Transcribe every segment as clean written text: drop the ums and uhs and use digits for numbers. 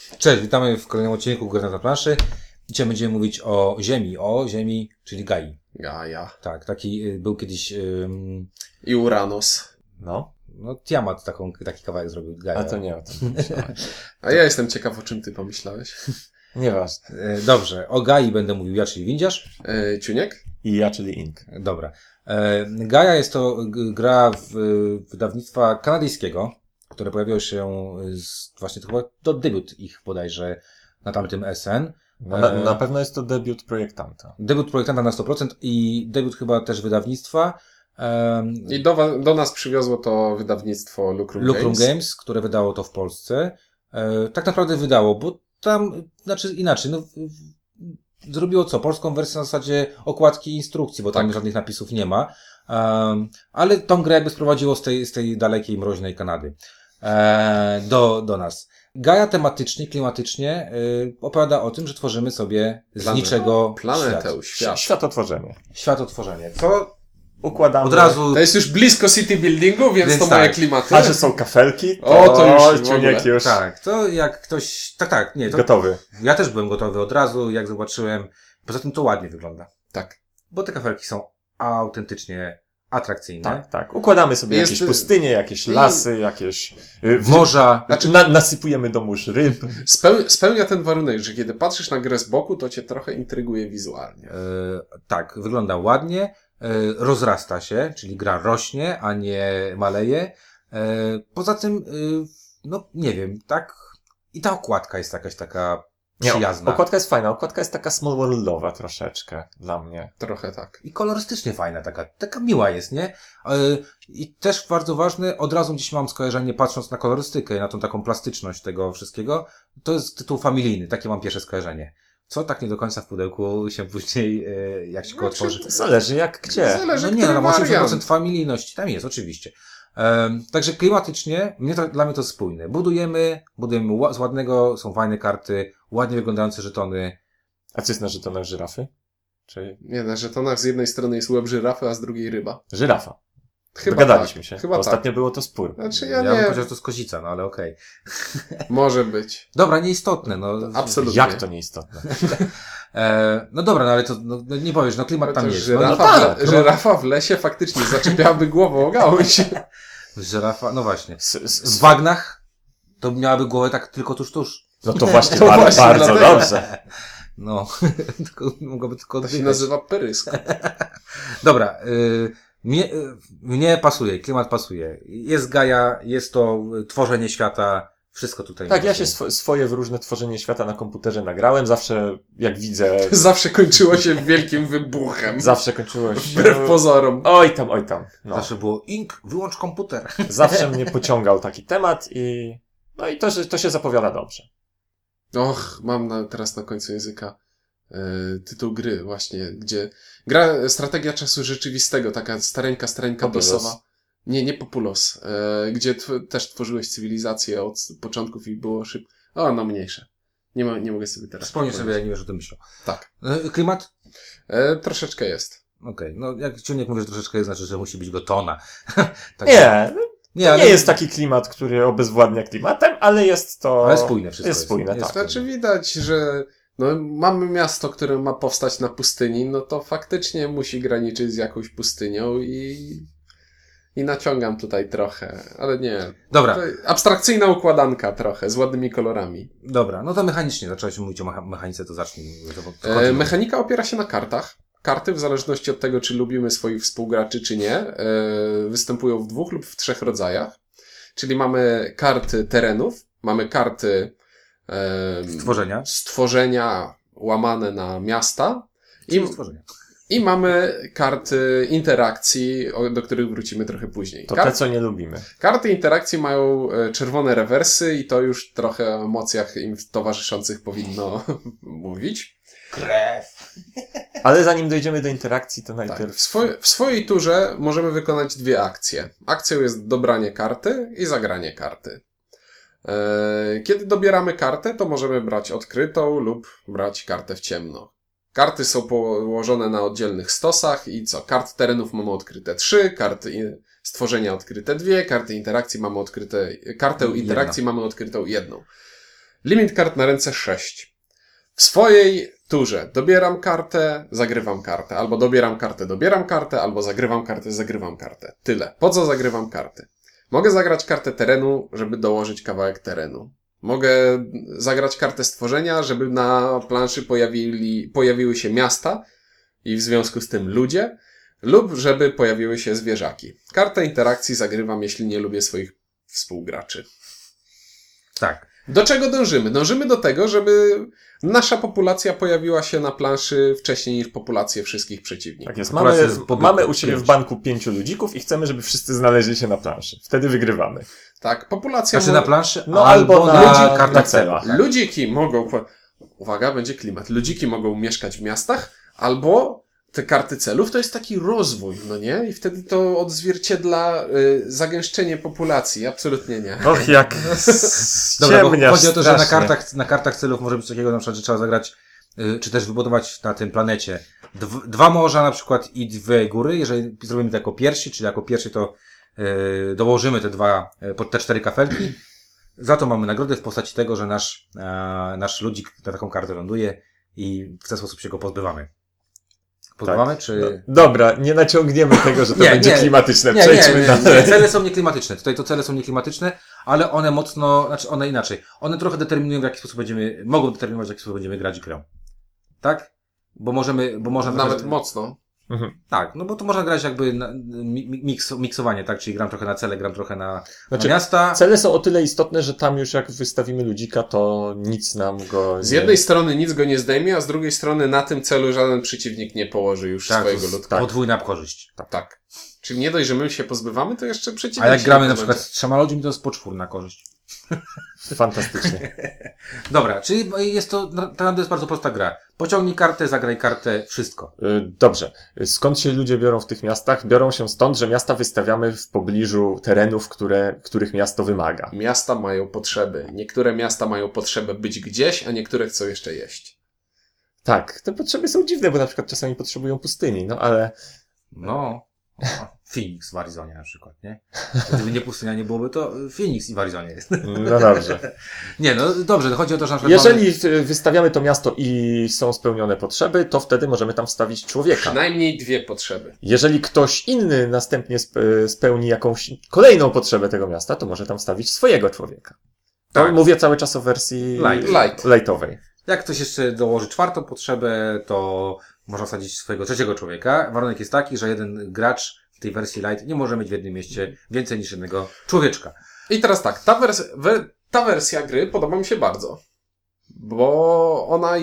Cześć, witamy w kolejnym odcinku Gry na planszy. Dzisiaj będziemy mówić o Ziemi, czyli Gai. Gaia. Tak, taki był kiedyś... I Uranos. No, Tiamat taki kawałek zrobił Gaia. A to nie o tym myślałem. A ja jestem ciekaw, o czym ty pomyślałeś. Nieważne. Dobrze, o Gai będę mówił ja, czyli Windziarz. Ciuniek? I ja, czyli Ink. Dobra. Gaia jest to gra wydawnictwa kanadyjskiego, które pojawiło się właśnie to chyba to debiut ich bodajże na tamtym SN. Na pewno jest to debiut projektanta. Debiut projektanta na 100% i debiut chyba też wydawnictwa. I do nas przywiozło to wydawnictwo Lucrum Games, które wydało to w Polsce. Tak naprawdę wydało, bo tam, znaczy inaczej, zrobiło co? Polską wersję na zasadzie okładki i instrukcji, bo tam żadnych napisów nie ma. Ale tą grę jakby sprowadziło z tej dalekiej, mroźnej Kanady do nas. Gaia tematycznie, klimatycznie opowiada o tym, że tworzymy sobie z niczego światotworzenie. Co układamy. Od razu... To jest już blisko city buildingu, więc to moje klimaty. A że są kafelki? To już Ciuniek już. Tak, to jak ktoś... Tak, nie. To... Gotowy. Ja też byłem gotowy od razu, jak zobaczyłem. Poza tym to ładnie wygląda. Tak. Bo te kafelki są autentycznie atrakcyjne. Tak. Układamy sobie jakieś pustynie, jakieś lasy, jakieś morza. Znaczy, nasypujemy do mórz ryb. Spełnia ten warunek, że kiedy patrzysz na grę z boku, to cię trochę intryguje wizualnie. Tak, wygląda ładnie, rozrasta się, czyli gra rośnie, a nie maleje. Poza tym, nie wiem, tak, i ta okładka jest jakaś taka przyjazna. Okładka jest fajna, okładka jest taka small worldowa troszeczkę dla mnie. Trochę tak. I kolorystycznie fajna, taka miła jest, nie? I też bardzo ważne, od razu gdzieś mam skojarzenie, patrząc na kolorystykę i na tą taką plastyczność tego wszystkiego, to jest tytuł familijny, takie mam pierwsze skojarzenie. Co tak nie do końca w pudełku się później, jak się go otworzy. To zależy jak gdzie. Zależy, 80% familijności tam jest, oczywiście. Także klimatycznie, dla mnie to spójne. Budujemy z ładnego, są fajne karty, ładnie wyglądające żetony. A co jest na żetonach żyrafy? Nie, na żetonach z jednej strony jest łeb żyrafy, a z drugiej ryba. Żyrafa. Chyba dogadaliśmy się. Chyba ostatnio było to spór. Znaczy ja bym powiedział, że to jest kozica, ale okej. Może być. Dobra, nieistotne. Absolutnie. Jak to nieistotne? Dobra, ale to nie powiesz, klimat tam jest. Żyrafa w lesie faktycznie zaczepiałaby głową o gałąź. Żyrafa, no właśnie. W bagnach to miałaby głowę tak tylko tuż. No to właśnie bardzo dobrze. No, mogłoby tylko to się nazywa pyrysk. Dobra, mnie pasuje, klimat pasuje. Jest Gaia, jest to tworzenie świata, wszystko tutaj. Tak, ja się swoje w różne tworzenie świata na komputerze nagrałem. Zawsze, jak widzę... Zawsze kończyło się wielkim wybuchem. Zawsze kończyło się... Wbrew pozorom. Oj tam. No. Zawsze było Ink, wyłącz komputer. Zawsze mnie pociągał taki temat i... No i to się zapowiada dobrze. Mam teraz na końcu języka tytuł gry właśnie, gdzie gra strategia czasu rzeczywistego, taka stareńka DOS-owa. Nie Populos, gdzie też tworzyłeś cywilizację od początków i było szybko. Mniejsze. Nie mogę sobie teraz Wspomnij sobie, jak nie wiesz o tym myślał. Tak. Klimat? Troszeczkę jest. Okej. Jak Ciuniek mówi, że troszeczkę jest, znaczy, że musi być go tona. Tak, nie jest taki klimat, który obezwładnia klimatem, ale jest to... Ale spójne wszystko jest. Spójne, tak. Znaczy widać, że mamy miasto, które ma powstać na pustyni, to faktycznie musi graniczyć z jakąś pustynią i naciągam tutaj trochę, ale nie. Dobra. Abstrakcyjna układanka trochę, z ładnymi kolorami. Dobra, to mechanicznie. Zacząłeś mówić o mechanice, to zacznij. Mechanika opiera się na kartach. Karty, w zależności od tego, czy lubimy swoich współgraczy, czy nie, występują w 2 lub w 3 rodzajach. Czyli mamy karty terenów, mamy karty stworzenia łamane na miasta i mamy karty interakcji, do których wrócimy trochę później. Te, co nie lubimy. Karty interakcji mają czerwone rewersy i to już trochę o emocjach im towarzyszących powinno mówić. Krew. Ale zanim dojdziemy do interakcji, to najpierw... Tak. W swojej turze możemy wykonać 2 akcje. Akcją jest dobranie karty i zagranie karty. Kiedy dobieramy kartę, to możemy brać odkrytą lub brać kartę w ciemno. Karty są położone na oddzielnych stosach i kart terenów mamy odkryte 3, karty stworzenia odkryte 2, karty interakcji mamy odkryte, kartę interakcji mamy odkrytą 1. Limit kart na ręce 6. W swojej turze dobieram kartę, zagrywam kartę. Albo dobieram kartę, albo zagrywam kartę. Tyle. Po co zagrywam karty? Mogę zagrać kartę terenu, żeby dołożyć kawałek terenu. Mogę zagrać kartę stworzenia, żeby na planszy pojawiły się miasta i w związku z tym ludzie, lub żeby pojawiły się zwierzaki. Kartę interakcji zagrywam, jeśli nie lubię swoich współgraczy. Tak. Do czego dążymy? Dążymy do tego, żeby nasza populacja pojawiła się na planszy wcześniej niż populacje wszystkich przeciwników. Tak jest. Populacja Mamy u siebie w banku 5 ludzików i chcemy, żeby wszyscy znaleźli się na planszy. Wtedy wygrywamy. Tak, populacja... Znaczy na planszy, No, albo na na kartach celach. celów. Ludziki mogą... Uwaga, będzie klimat. Ludziki mogą mieszkać w miastach, albo te karty celów to jest taki rozwój, no nie? I wtedy to odzwierciedla zagęszczenie populacji. Absolutnie nie. Och, jak Dobra, bo ciemniasz chodzi o to, że strasznie. na kartach celów może być takiego na przykład, że trzeba zagrać, czy też wybudować na tym planecie dwa morza na przykład i dwie góry. Jeżeli zrobimy to jako pierwsi, czyli jako pierwszy to dołożymy te 4 kafelki. Za to mamy nagrodę w postaci tego, że nasz ludzik na taką kartę ląduje i w ten sposób się go pozbywamy. Pozbywamy, Tak. czy... No, dobra, nie naciągniemy tego, że to Nie, będzie nie. klimatyczne. Nie, Przejdźmy nie, dalej. cele są nieklimatyczne. Tutaj to cele są nieklimatyczne, ale one one inaczej. One trochę determinują, mogą determinować, w jaki sposób będziemy grać grę. Tak? Bo można... Nawet mocno. Tak, no bo to można grać jakby miksowanie, tak? Czyli gram trochę na cele, gram trochę na Znaczy, miasta. Cele są o tyle istotne, że tam już jak wystawimy ludzika, to nic nam go Z jednej strony nic go nie zdejmie, a z drugiej strony na tym celu żaden przeciwnik nie położy już Tak, swojego to jest ludka. podwójna korzyść. Tak. Czyli nie dość, że my się pozbywamy, to jeszcze przeciwnik A jak się gramy nie na pozbędzie. przykład z 3 ludźmi, to jest poczwórna korzyść. Fantastycznie. Dobra, czyli jest to jest bardzo prosta gra. Pociągnij kartę, zagraj kartę, wszystko. Dobrze. Skąd się ludzie biorą w tych miastach? Biorą się stąd, że miasta wystawiamy w pobliżu terenów, których miasto wymaga. Miasta mają potrzeby. Niektóre miasta mają potrzebę być gdzieś, a niektóre chcą jeszcze jeść. Tak, te potrzeby są dziwne, bo na przykład czasami potrzebują pustyni, no ale No. Phoenix w Arizonie na przykład, nie? Gdyby nie pustynia nie byłoby, to Phoenix i w Arizonie jest. no dobrze. Nie, no dobrze, chodzi o to, że na przykład Jeżeli wystawiamy to miasto i są spełnione potrzeby, to wtedy możemy tam wstawić człowieka. Przynajmniej 2 potrzeby. Jeżeli ktoś inny następnie spełni jakąś kolejną potrzebę tego miasta, to może tam wstawić swojego człowieka. To Tak. mówię cały czas o wersji lightowej. Jak ktoś jeszcze dołoży 4. potrzebę, to można wsadzić swojego 3. człowieka. Warunek jest taki, że jeden gracz w tej wersji light nie może mieć w jednym mieście więcej niż jednego człowieczka. I teraz tak, ta wersja gry podoba mi się bardzo. Bo ona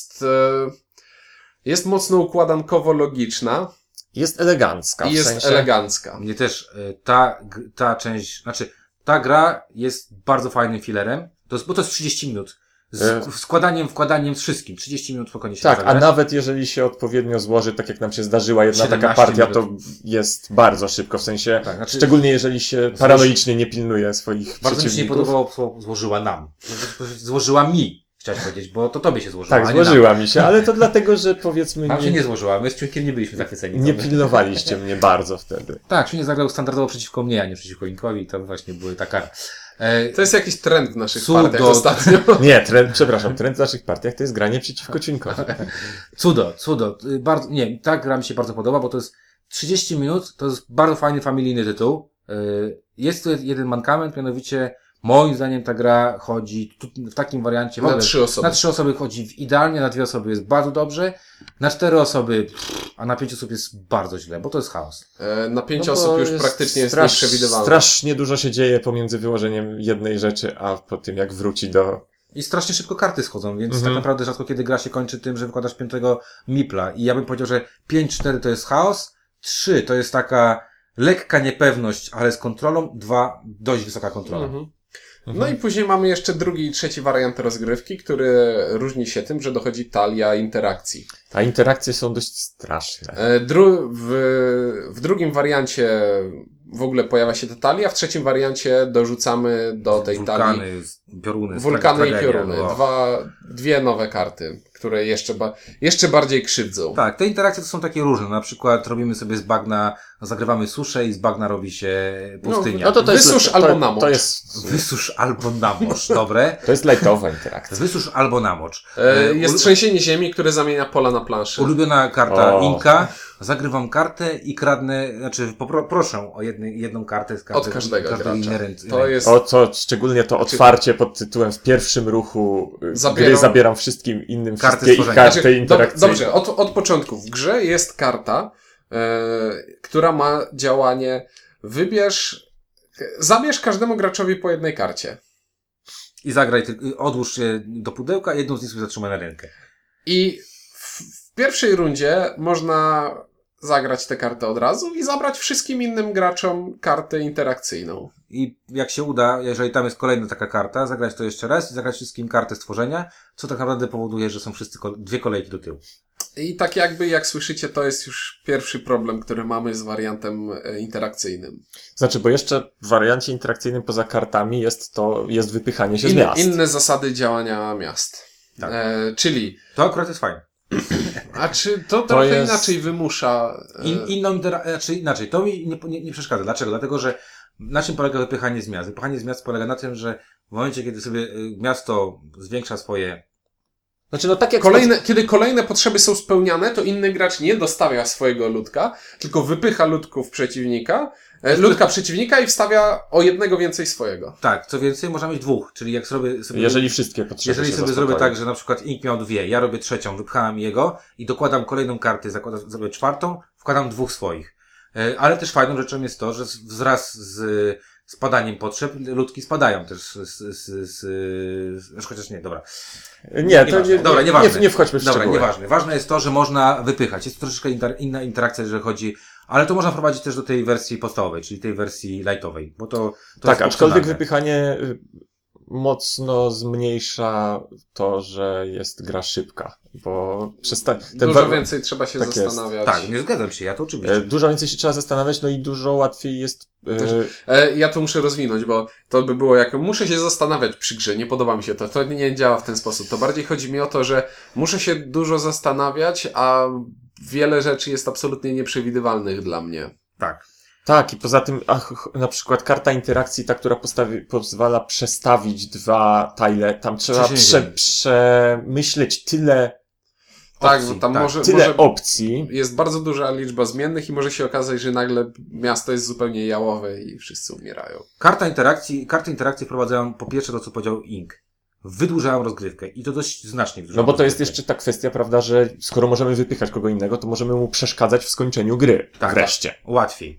jest mocno układankowo-logiczna. Jest elegancka. I jest elegancka. Mnie też ta część, znaczy ta gra jest bardzo fajnym filerem, bo to jest 30 minut. Z wkładaniem z wszystkim. 30 minut spokojnie się Tak, zagrać. a nawet jeżeli się odpowiednio złoży, tak jak nam się zdarzyła jedna taka 17 partia, minut. to jest bardzo szybko, w sensie, Tak, znaczy, szczególnie jeżeli się paranoicznie nie pilnuje swoich bardzo mi się nie przeciwników. podobało, co złożyła nam. Złożyła mi, chciałeś powiedzieć, bo to tobie się złożyła. Tak, a nie nam. złożyła mi się, ale to dlatego, że powiedzmy Nam się nie złożyła, my z Ciunkiem nie byliśmy zachwyceni. nie pilnowaliście mnie bardzo wtedy. Tak, Ciunek zagrał standardowo przeciwko mnie, a nie przeciwko Inkowi i to właśnie były ta kara. To jest jakiś trend w naszych Cudo. partiach ostatnio. Nie, trend w naszych partiach to jest granie przeciwko Ciunkowi. Cudo. Bardzo, nie, ta gra mi się bardzo podoba, bo to jest 30 minut, to jest bardzo fajny familijny tytuł. Jest tu jeden mankament, mianowicie moim zdaniem ta gra chodzi w takim wariancie w Na ogóle, 3 osoby. Na 3 osoby chodzi idealnie, na 2 osoby jest bardzo dobrze, na 4 osoby, a na 5 osób jest bardzo źle, bo to jest chaos. Na 5 No bo osób już praktycznie jest nieprzewidywalne. Strasznie dużo się dzieje pomiędzy wyłożeniem jednej rzeczy, a po tym jak wróci do... I strasznie szybko karty schodzą, więc Mhm. tak naprawdę rzadko kiedy gra się kończy tym, że wykładasz 5. mipla. I ja bym powiedział, że 5-4 to jest chaos, 3 to jest taka lekka niepewność, ale z kontrolą, 2 dość wysoka kontrola. Mhm. No i później mamy jeszcze drugi i trzeci wariant rozgrywki, który różni się tym, że dochodzi talia interakcji. A interakcje są dość straszne. W drugim wariancie w ogóle pojawia się ta talia. W trzecim wariancie dorzucamy do tej talii pioruny, wulkany i pioruny. Dwie nowe karty, które jeszcze bardziej krzywdzą. Tak, te interakcje to są takie różne. Na przykład robimy sobie z bagna, zagrywamy suszę i z bagna robi się pustynia. No to Wysusz albo namocz. To jest... Wysusz albo namocz, dobre. To jest lightowa interakcja. Wysusz albo namocz. Jest trzęsienie ziemi, które zamienia pola na planszę. Ulubiona karta Inka. Zagrywam kartę i kradnę, proszę o jedną kartę z od każdego gracza. innej ręki. Szczególnie to otwarcie pod tytułem w pierwszym ruchu gry zabieram wszystkim innym karty wszystkie ich karty interakcyjne. Dobrze, od początku. W grze jest karta, która ma działanie zabierz każdemu graczowi po jednej karcie. I odłóż je do pudełka i jedną z nich sobie zatrzymaj na rękę. I w pierwszej rundzie można zagrać tę kartę od razu i zabrać wszystkim innym graczom kartę interakcyjną. I jak się uda, jeżeli tam jest kolejna taka karta, zagrać to jeszcze raz i zagrać wszystkim kartę stworzenia, co tak naprawdę powoduje, że są wszyscy dwie kolejki do tyłu. I tak jakby, jak słyszycie, to jest już pierwszy problem, który mamy z wariantem interakcyjnym. Znaczy, bo jeszcze w wariancie interakcyjnym poza kartami jest wypychanie się z miast. Inne zasady działania miast. Tak. Czyli... To akurat jest fajne. A czy to trochę inaczej wymusza... Inaczej, to mi nie przeszkadza. Dlaczego? Dlatego, że na czym polega wypychanie z miast? Wypychanie z miast polega na tym, że w momencie, kiedy sobie miasto zwiększa swoje... Znaczy, no tak jak kiedy kolejne potrzeby są spełniane, to inny gracz nie dostawia swojego ludka, tylko wypycha ludka przeciwnika i wstawia o jednego więcej swojego. Tak, co więcej, można mieć dwóch, czyli jak sobie jeżeli wszystkie potrzeby jeżeli się sobie zrobię tak, że na przykład Ink miał dwie, ja robię trzecią, wypchałem jego i dokładam kolejną kartę, zrobię czwartą, wkładam dwóch swoich. Ale też fajną rzeczą jest to, że wraz z spadaniem potrzeb ludki spadają też chociaż nie, dobra. Nie wchodźmy w szczegóły. Dobra, nieważne. Ważne jest to, że można wypychać. Jest to troszeczkę inna interakcja, jeżeli chodzi, ale to można wprowadzić też do tej wersji podstawowej, czyli tej wersji lightowej, bo to tak, aczkolwiek wypychanie mocno zmniejsza to, że jest gra szybka, bo dużo więcej trzeba się zastanawiać. Tak, nie zgadzam się, ja to oczywiście. Dużo więcej się trzeba zastanawiać, no i dużo łatwiej jest... Ja to muszę rozwinąć, bo to by było muszę się zastanawiać przy grze, nie podoba mi się to. To nie działa w ten sposób. To bardziej chodzi mi o to, że muszę się dużo zastanawiać, a wiele rzeczy jest absolutnie nieprzewidywalnych dla mnie. Tak. Tak, i poza tym, na przykład karta interakcji, ta, która pozwala przestawić dwa tile, tam trzeba przemyśleć tyle opcji, bo tam tyle opcji. Jest bardzo duża liczba zmiennych i może się okazać, że nagle miasto jest zupełnie jałowe i wszyscy umierają. Karty interakcji wprowadzają po pierwsze to, co powiedział Ink. Wydłużają rozgrywkę i to dość znacznie wydłużają. No bo to jest jeszcze ta kwestia, prawda, że skoro możemy wypychać kogo innego, to możemy mu przeszkadzać w skończeniu gry. Tak, wreszcie. Łatwiej.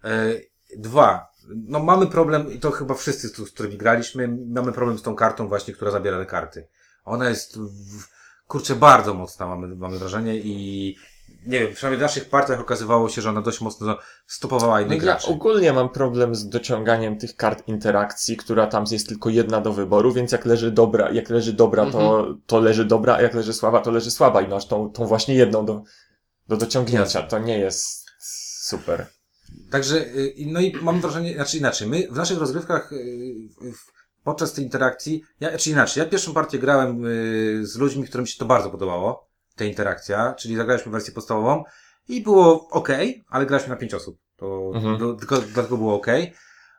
Dwa. No mamy problem, i to chyba wszyscy, z którymi graliśmy, mamy problem z tą kartą właśnie, która zabiera te karty. Ona jest, bardzo mocna, mamy wrażenie i nie wiem, przynajmniej w naszych partiach okazywało się, że ona dość mocno stopowała innych graczy. Ja ogólnie mam problem z dociąganiem tych kart interakcji, która tam jest tylko jedna do wyboru, więc jak leży dobra, to leży dobra, a jak leży słaba, to leży słaba i masz tą właśnie jedną do dociągnięcia. Jasne. To nie jest super. Także, no i mam wrażenie, inaczej, my w naszych rozgrywkach podczas tej interakcji, ja pierwszą partię grałem z ludźmi, którym się to bardzo podobało, ta interakcja, czyli zagraliśmy wersję podstawową i było okej, ale graliśmy na 5 osób. To dlatego było okej.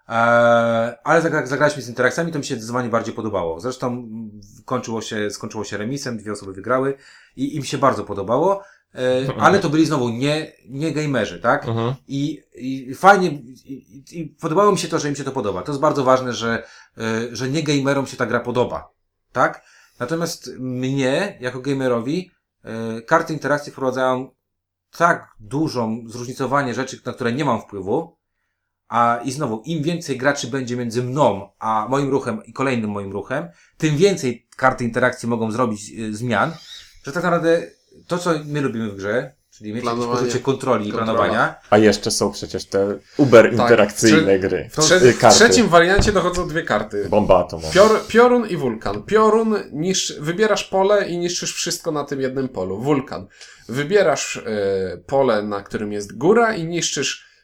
Ale zagraliśmy z interakcjami, to mi się zdecydowanie bardziej podobało. Zresztą skończyło się remisem, 2 osoby wygrały i im się bardzo podobało. Ale to byli znowu nie gamerzy, tak? I fajnie, i podobało mi się to, że im się to podoba. To jest bardzo ważne, że nie gamerom się ta gra podoba, tak? Natomiast mnie, jako gamerowi, karty interakcji wprowadzają tak dużą zróżnicowanie rzeczy, na które nie mam wpływu, i znowu, im więcej graczy będzie między mną, a moim ruchem i kolejnym moim ruchem, tym więcej karty interakcji mogą zrobić zmian, że tak naprawdę to, co my lubimy w grze, czyli mieć jakieś poczucie kontroli i planowania. A jeszcze są przecież te interakcyjne gry. W trzecim wariancie dochodzą 2 karty. Bomba atomowa. Piorun i wulkan. Piorun, wybierasz pole i niszczysz wszystko na tym jednym polu. Wulkan. Wybierasz pole, na którym jest góra i niszczysz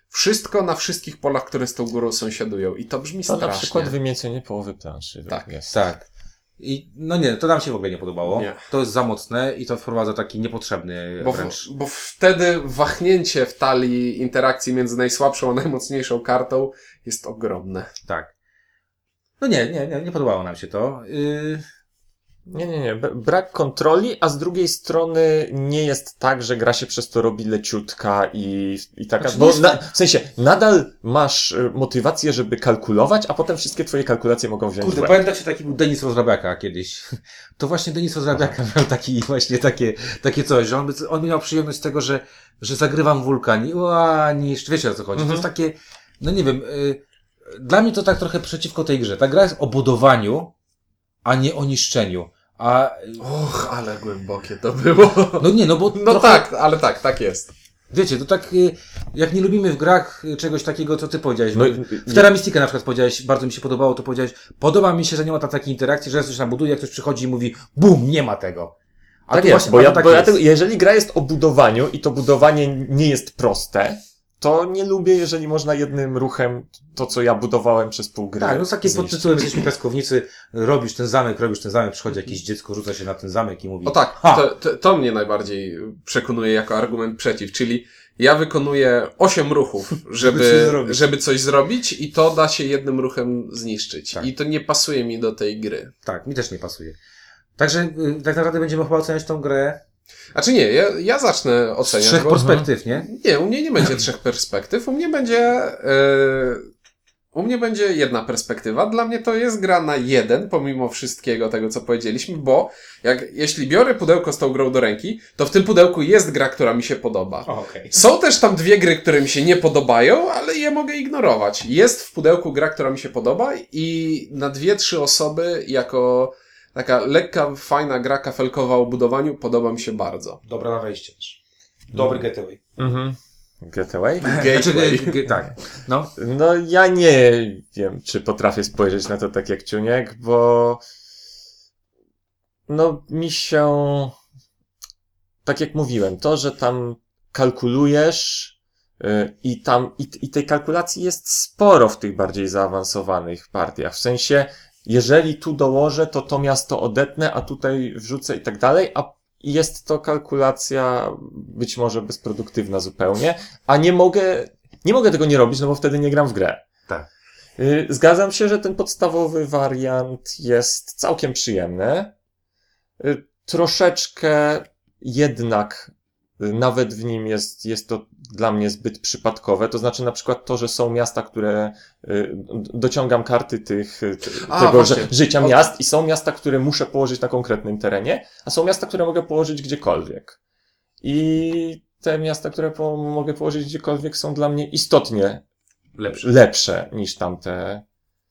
wszystko na wszystkich polach, które z tą górą sąsiadują. I to brzmi To strasznie. na przykład wymiecenie połowy planszy. Tak. Jest. Tak. I no nie, to nam się w ogóle nie podobało. Nie. To jest za mocne i to wprowadza taki niepotrzebny wręcz. Bo wtedy wahnięcie w talii interakcji między najsłabszą a najmocniejszą kartą jest ogromne. Tak. No nie podobało nam się to. Nie. Brak kontroli, a z drugiej strony nie jest tak, że gra się przez to robi leciutka i taka... Znaczy, Bo jest w sensie, nadal masz motywację, żeby kalkulować, a potem wszystkie twoje kalkulacje mogą wziąć w Kurde, łeb. pamiętacie, taki był Denis Rozrabiaka kiedyś. To właśnie Denis Rozrabiaka miał takie coś, że on miał przyjemność z tego, że zagrywam wulkan i niszcz. Wiecie o co chodzi. To jest takie, no nie wiem, dla mnie to tak trochę przeciwko tej grze. Ta gra jest o budowaniu, a nie o niszczeniu. Och, ale głębokie to było. No nie, no bo No trochę, tak, ale tak jest. wiecie, to tak, jak nie lubimy w grach czegoś takiego, co ty powiedziałeś. No, W Terra Mystica na przykład powiedziałeś, bardzo mi się podobało, to powiedziałeś, podoba mi się, że nie ma tam takiej interakcji, że ja coś nabuduje, jak ktoś przychodzi i mówi, bum, nie ma tego. A Tak tu jest, właśnie, bo jest. jeżeli gra jest o budowaniu i to budowanie nie jest proste, to nie lubię, jeżeli można jednym ruchem to, co ja budowałem przez pół gry. Tak, no z takim zniszczyć. podtytułem jesteśmy piaskownicy, robisz ten zamek, przychodzi jakieś dziecko, rzuca się na ten zamek i mówi, O tak, ha! to mnie najbardziej przekonuje jako argument przeciw, czyli ja wykonuję 8 ruchów, żeby coś zrobić i to da się jednym ruchem zniszczyć. Tak. I to nie pasuje mi do tej gry. Tak, mi też nie pasuje. Także tak naprawdę będziemy chyba oceniać tą grę Znaczy nie, ja zacznę z oceniać. 3 bo- perspektyw, nie? Nie, u mnie nie będzie 3 perspektyw, u mnie będzie jedna perspektywa. Dla mnie to jest gra na 1, pomimo wszystkiego tego, co powiedzieliśmy, bo jeśli biorę pudełko z tą grą do ręki, to w tym pudełku jest gra, która mi się podoba. Okej. Są też tam 2 gry, które mi się nie podobają, ale je mogę ignorować. Jest w pudełku gra, która mi się podoba i na 2-3 osoby jako taka lekka, fajna gra kafelkowa o budowaniu podoba mi się bardzo. Dobra na wejście też. Dobry getaway. Getaway? Tak. No. No ja nie wiem, czy potrafię spojrzeć na to tak jak Ciuniek, bo no mi się, tak jak mówiłem, to, że tam kalkulujesz i tej kalkulacji jest sporo w tych bardziej zaawansowanych partiach. W sensie, jeżeli tu dołożę, to miasto odetnę, a tutaj wrzucę i tak dalej, a jest to kalkulacja być może bezproduktywna zupełnie, a nie mogę tego nie robić, no bo wtedy nie gram w grę. Tak. Zgadzam się, że ten podstawowy wariant jest całkiem przyjemny. Troszeczkę jednak nawet w nim jest to dla mnie zbyt przypadkowe. To znaczy na przykład to, że są miasta, które dociągam karty tego życia miast i są miasta, które muszę położyć na konkretnym terenie, a są miasta, które mogę położyć gdziekolwiek. I te miasta, które mogę położyć gdziekolwiek są dla mnie istotnie lepsze niż tamte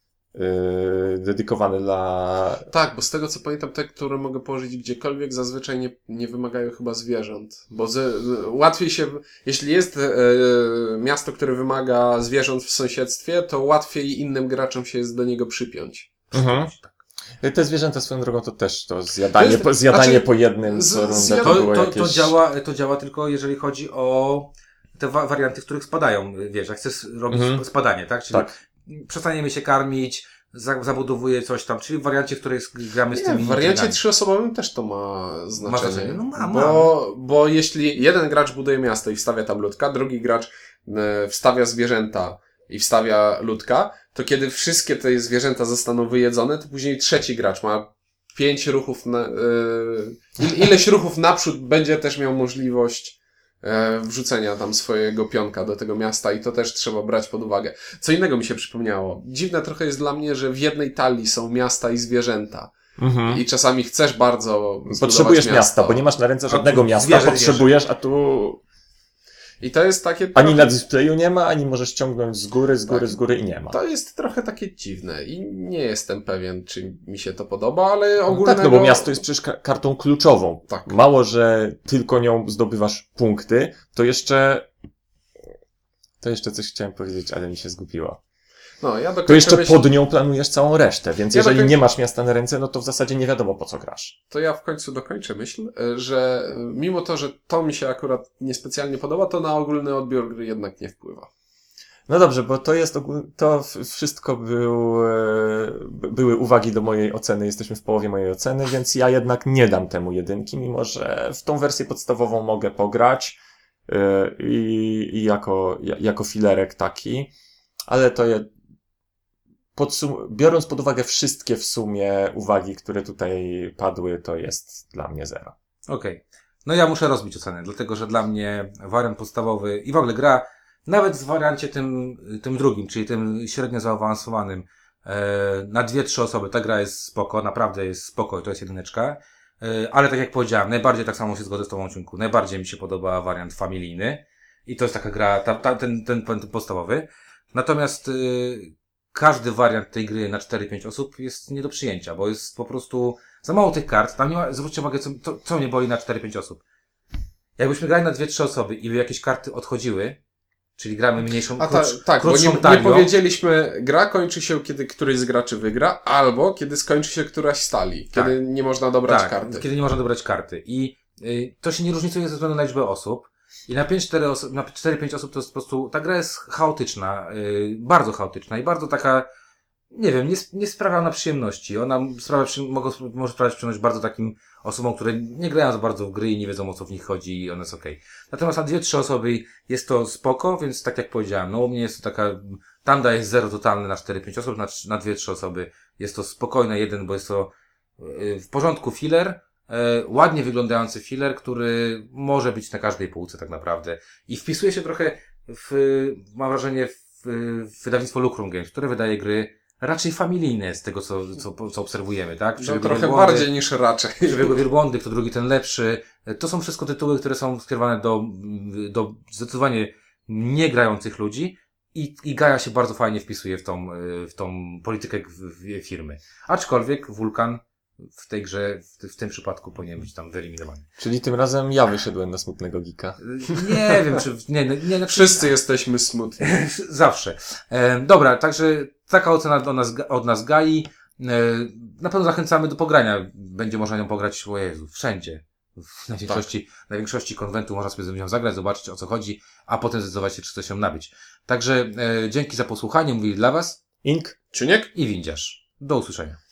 dedykowane dla... Tak, bo z tego co pamiętam, te, które mogę położyć gdziekolwiek, zazwyczaj nie wymagają chyba zwierząt. Bo łatwiej się, jeśli jest miasto, które wymaga zwierząt w sąsiedztwie, to łatwiej innym graczom się jest do niego przypiąć. Mhm. Te zwierzęta swoją drogą to też to zjadanie po jednym co rundę to było jakieś... To działa tylko jeżeli chodzi o te warianty, w których spadają, wiesz, jak chcesz robić spadanie, tak? Czyli przestaniemy się karmić, zabudowuje coś tam, czyli w wariancie, w której gramy z tymi... W wariancie 3-osobowym też to ma znaczenie. No bo jeśli jeden gracz buduje miasto i wstawia tam ludka, drugi gracz wstawia zwierzęta i wstawia ludka, to kiedy wszystkie te zwierzęta zostaną wyjedzone, to później trzeci gracz ma 5 ruchów, ileś ruchów naprzód będzie też miał możliwość wrzucenia tam swojego pionka do tego miasta i to też trzeba brać pod uwagę. Co innego mi się przypomniało. Dziwne trochę jest dla mnie, że w jednej talii są miasta i zwierzęta. I czasami chcesz bardzo potrzebujesz miasta, bo nie masz na ręce żadnego miasta, potrzebujesz, a tu... I to jest takie... Ani na dysplayu nie ma, ani możesz ciągnąć z góry i nie ma. To jest trochę takie dziwne i nie jestem pewien, czy mi się to podoba, ale ogólnie... Tak, no bo miasto jest przecież kartą kluczową. Tak. Mało, że tylko nią zdobywasz punkty, to jeszcze coś chciałem powiedzieć, ale mi się zgubiło. No, ja to jeszcze pod nią planujesz całą resztę, więc jeżeli nie masz miasta na ręce, no to w zasadzie nie wiadomo po co grasz. To ja w końcu dokończę myśl, że mimo to, że to mi się akurat niespecjalnie podoba, to na ogólny odbiór gry jednak nie wpływa. No dobrze, bo to jest wszystko były uwagi do mojej oceny, jesteśmy w połowie mojej oceny, więc ja jednak nie dam temu 1, mimo że w tą wersję podstawową mogę pograć i jako filerek taki, ale to biorąc pod uwagę wszystkie w sumie uwagi, które tutaj padły, to jest dla mnie 0. Okej. No ja muszę rozbić ocenę, dlatego że dla mnie wariant podstawowy i w ogóle gra, nawet w wariancie tym drugim, czyli tym średnio zaawansowanym, na 2-3 osoby, ta gra jest spoko, naprawdę jest spoko i to jest 1. Ale tak jak powiedziałem, najbardziej tak samo się zgodzę z tobą, Ciunku, najbardziej mi się podoba wariant familijny i to jest taka gra, ten podstawowy. Natomiast każdy wariant tej gry na 4-5 osób jest nie do przyjęcia, bo jest po prostu za mało tych kart. Tam nie ma, zwróćcie uwagę, co mnie boli na 4-5 osób. Jakbyśmy grali na 2-3 osoby i by jakieś karty odchodziły, czyli gramy mniejszą, tak, bo krótszą nie talią. powiedzieliśmy, gra kończy się, kiedy któryś z graczy wygra, albo kiedy skończy się któraś z talii, kiedy nie można dobrać karty. Kiedy nie można dobrać karty. I to się nie różnicuje ze względu na liczbę osób. I na 4-5 osób to jest po prostu, ta gra jest chaotyczna, bardzo chaotyczna i bardzo taka, nie wiem, nie sprawia ona przyjemności. Ona może sprawiać przyjemność bardzo takim osobom, które nie grają za bardzo w gry i nie wiedzą, o co w nich chodzi i one jest okej. Natomiast na 2-3 osoby jest to spoko, więc tak jak powiedziałem, no u mnie jest to taka, tanda jest 0 totalny na 4-5 osób, na 2-3 osoby jest to spokojne 1, bo jest to w porządku filler, ładnie wyglądający filler, który może być na każdej półce tak naprawdę. I wpisuje się trochę mam wrażenie, w wydawnictwo Lucrum Games, które wydaje gry raczej familijne z tego, co obserwujemy, tak? No, trochę bardziej niż raczej. Przebiegłe wielbłądy, kto drugi, ten lepszy. To są wszystko tytuły, które są skierowane do zdecydowanie niegrających ludzi i Gaia się bardzo fajnie wpisuje w tą politykę firmy. Aczkolwiek Wulkan w tej grze, w tym przypadku powinien być tam wyeliminowany. Czyli tym razem ja wyszedłem na smutnego geeka. Nie wiem, czy... Nie, Wszyscy jesteśmy smutni. Zawsze. Dobra, także taka ocena od nas Gai. Na pewno zachęcamy do pogrania. Będzie można nią pograć, o Jezu, wszędzie. Na większości konwentu można sobie z nią zagrać, zobaczyć, o co chodzi, a potem zdecydować się, czy chce się nabyć. Także dzięki za posłuchanie. Mówili dla Was Ink, Ciuniek i Windziarz. Do usłyszenia.